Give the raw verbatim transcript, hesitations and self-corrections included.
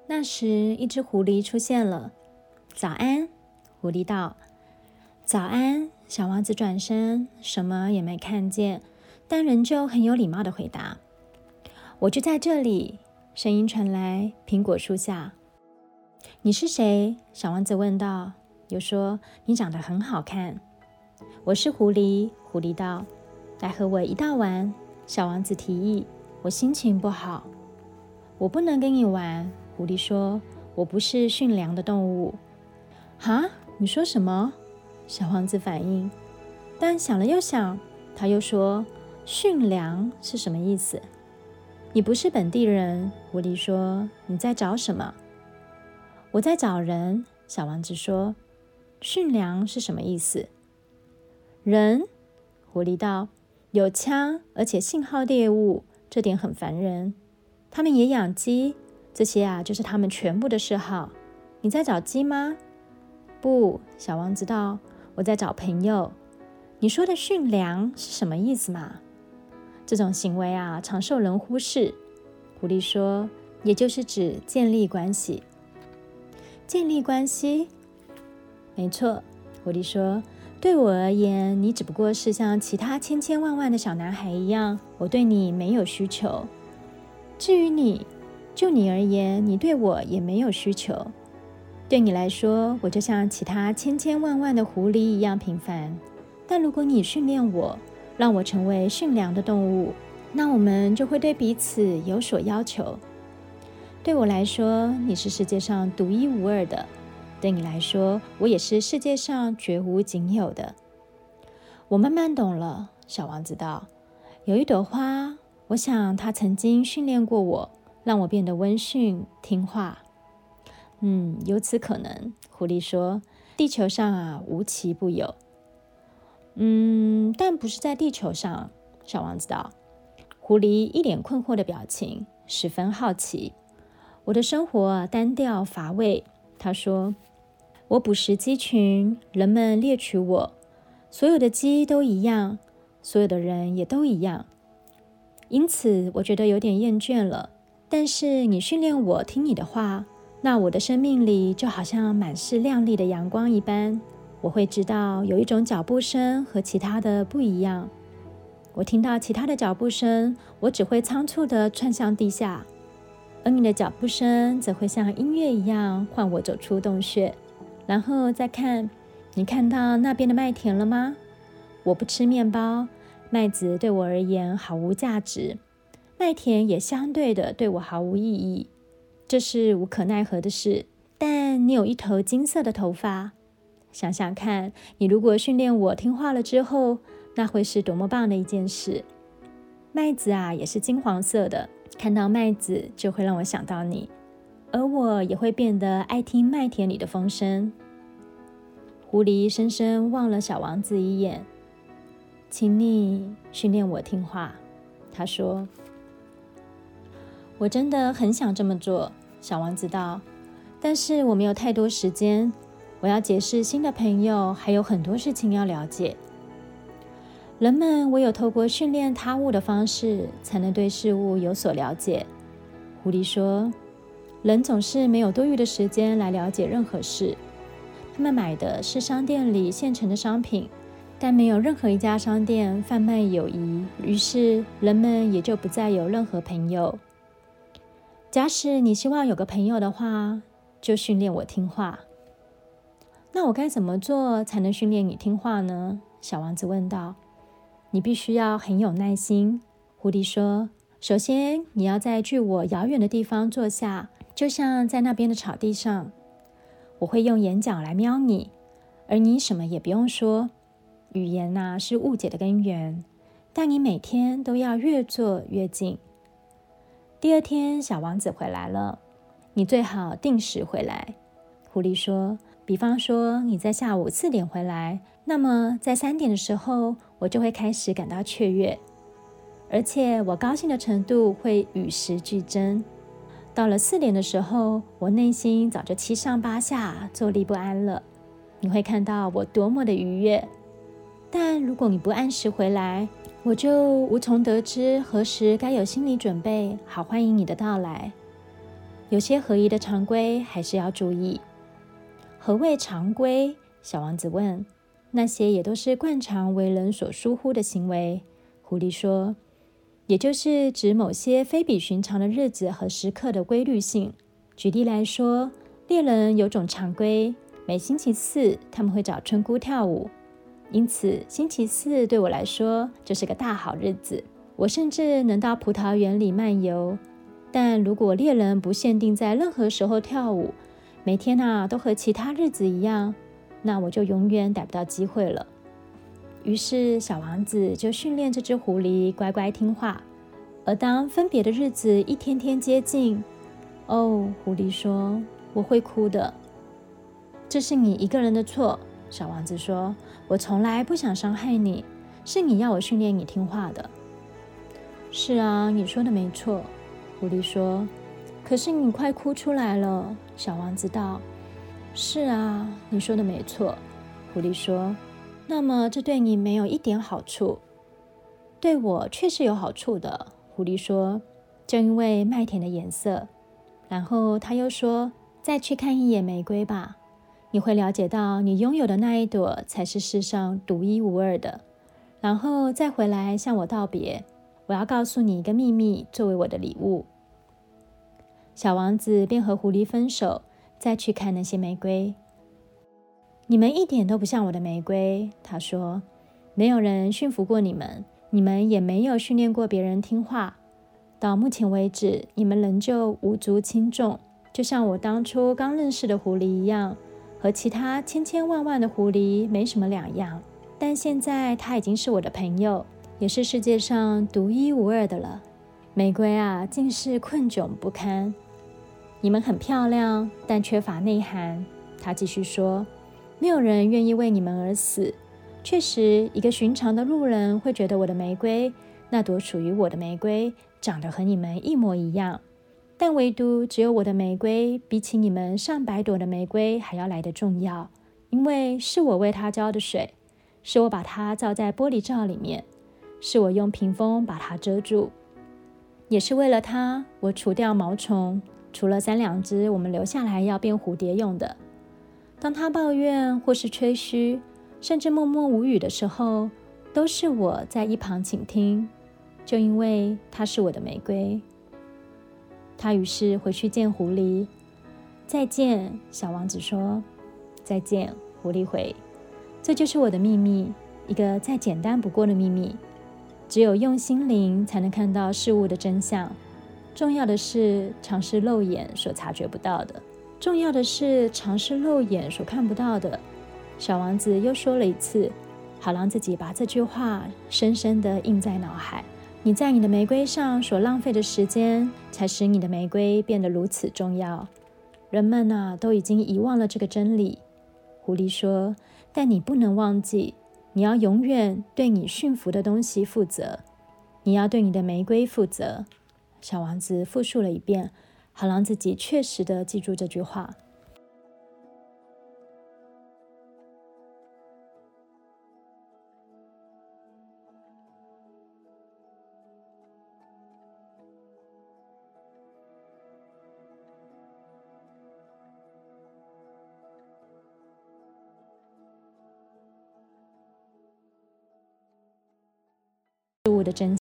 那时，一只狐狸出现了。早安，狐狸道。早安，小王子转身，什么也没看见，但仍旧很有礼貌地回答。我就在这里，声音传来，苹果树下。你是谁？小王子问道。又说，你长得很好看。我是狐狸，狐狸道。来和我一道玩，小王子提议。我心情不好。我不能跟你玩，狐狸说，我不是驯良的动物。哈？你说什么？小王子反应，但想了又想，他又说，驯良是什么意思？你不是本地人，狐狸说，你在找什么？我在找人，小王子说。驯良是什么意思？人，狐狸道，有枪，而且信号猎物，这点很烦人。他们也养鸡，这些啊就是他们全部的嗜好。你在找鸡吗？不，小王子道，我在找朋友。你说的驯良是什么意思嘛？这种行为啊常受人忽视。狐狸说，也就是指建立关系。建立关系？没错，狐狸说，对我而言，你只不过是像其他千千万万的小男孩一样，我对你没有需求。至于你，就你而言，你对我也没有需求。对你来说，我就像其他千千万万的狐狸一样平凡。但如果你训练我，让我成为驯良的动物，那我们就会对彼此有所要求。对我来说，你是世界上独一无二的。对你来说，我也是世界上绝无仅有的。我慢慢懂了，小王子道。有一朵花，我想它曾经训练过我，让我变得温驯听话。嗯，有此可能，狐狸说。地球上啊，无奇不有。嗯，但不是在地球上，小王子道。狐狸一脸困惑的表情，十分好奇。我的生活单调乏味，他说。我捕食鸡群，人们猎取我，所有的鸡都一样，所有的人也都一样。因此，我觉得有点厌倦了。但是你训练我听你的话，那我的生命里就好像满是亮丽的阳光一般。我会知道有一种脚步声和其他的不一样。我听到其他的脚步声，我只会仓促地窜向地下，而你的脚步声则会像音乐一样唤我走出洞穴。然后再看，你看到那边的麦田了吗？我不吃面包，麦子对我而言毫无价值，麦田也相对的对我毫无意义。这是无可奈何的事。但你有一头金色的头发，想想看，你如果训练我听话了之后，那会是多么棒的一件事。麦子啊，也是金黄色的，看到麦子就会让我想到你。而我也会变得爱听麦田里的风声。狐狸深深望了小王子一眼。请你训练我听话，他说。我真的很想这么做，小王子道，但是我没有太多时间，我要结识新的朋友，还有很多事情要了解。人们唯有透过训练他物的方式，才能对事物有所了解。狐狸说。人总是没有多余的时间来了解任何事。他们买的是商店里现成的商品，但没有任何一家商店贩卖友谊，于是人们也就不再有任何朋友。假使你希望有个朋友的话，就训练我听话。那我该怎么做才能训练你听话呢？小王子问道。你必须要很有耐心，狐狸说。首先，你要在距我遥远的地方坐下，就像在那边的草地上。我会用眼角来瞄你，而你什么也不用说。语言啊，是误解的根源，但你每天都要越坐越近。第二天，小王子回来了。你最好定时回来，狐狸说。比方说，你在下午四点回来，那么在三点的时候，我就会开始感到雀跃。而且我高兴的程度会与时俱增。到了四点的时候，我内心早就七上八下，坐立不安了。你会看到我多么的愉悦。但如果你不按时回来，我就无从得知何时该有心理准备，好欢迎你的到来。 有些合宜的常规还是要注意。何谓常规？小王子问。那些也都是惯常为人所疏忽的行为。狐狸说，也就是指某些非比寻常的日子和时刻的规律性。举例来说，猎人有种常规，每星期四他们会找村姑跳舞，因此星期四对我来说就是个大好日子，我甚至能到葡萄园里漫游。但如果猎人不限定在任何时候跳舞，每天啊都和其他日子一样，那我就永远逮不到机会了。于是小王子就训练这只狐狸乖乖听话。而当分别的日子一天天接近，哦，狐狸说，我会哭的。这是你一个人的错，小王子说，我从来不想伤害你，是你要我训练你听话的。是啊，你说的没错，狐狸说，可是你快哭出来了。小王子道，是啊，你说的没错，狐狸说，那么这对你没有一点好处。对我确实有好处的，狐狸说，就因为麦田的颜色。然后他又说，再去看一眼玫瑰吧，你会了解到你拥有的那一朵才是世上独一无二的。然后再回来向我道别，我要告诉你一个秘密作为我的礼物。小王子便和狐狸分手，再去看那些玫瑰。你们一点都不像我的玫瑰，他说，没有人驯服过你们，你们也没有训练过别人听话。到目前为止，你们仍旧无足轻重，就像我当初刚认识的狐狸一样，和其他千千万万的狐狸没什么两样。但现在它已经是我的朋友，也是世界上独一无二的了。玫瑰啊，竟是困窘不堪。你们很漂亮，但缺乏内涵。他继续说，没有人愿意为你们而死。确实，一个寻常的路人会觉得我的玫瑰，那朵属于我的玫瑰，长得和你们一模一样，但唯独只有我的玫瑰比起你们上百朵的玫瑰还要来得重要，因为是我为它浇的水，是我把它罩在玻璃罩里面，是我用屏风把它遮住，也是为了它，我除掉毛虫，除了三两只我们留下来要变蝴蝶用的。当它抱怨或是吹嘘，甚至默默无语的时候，都是我在一旁倾听，就因为它是我的玫瑰。他于是回去见狐狸。再见，小王子说。再见，狐狸回。这就是我的秘密，一个再简单不过的秘密。只有用心灵才能看到事物的真相。重要的是尝试肉眼所察觉不到的。重要的是尝试肉眼所看不到的。小王子又说了一次，好让自己把这句话深深地印在脑海。你在你的玫瑰上所浪费的时间，才使你的玫瑰变得如此重要。人们啊，都已经遗忘了这个真理。狐狸说，但你不能忘记，你要永远对你驯服的东西负责，你要对你的玫瑰负责。小王子复述了一遍，好让自己确实地记住这句话。事物的真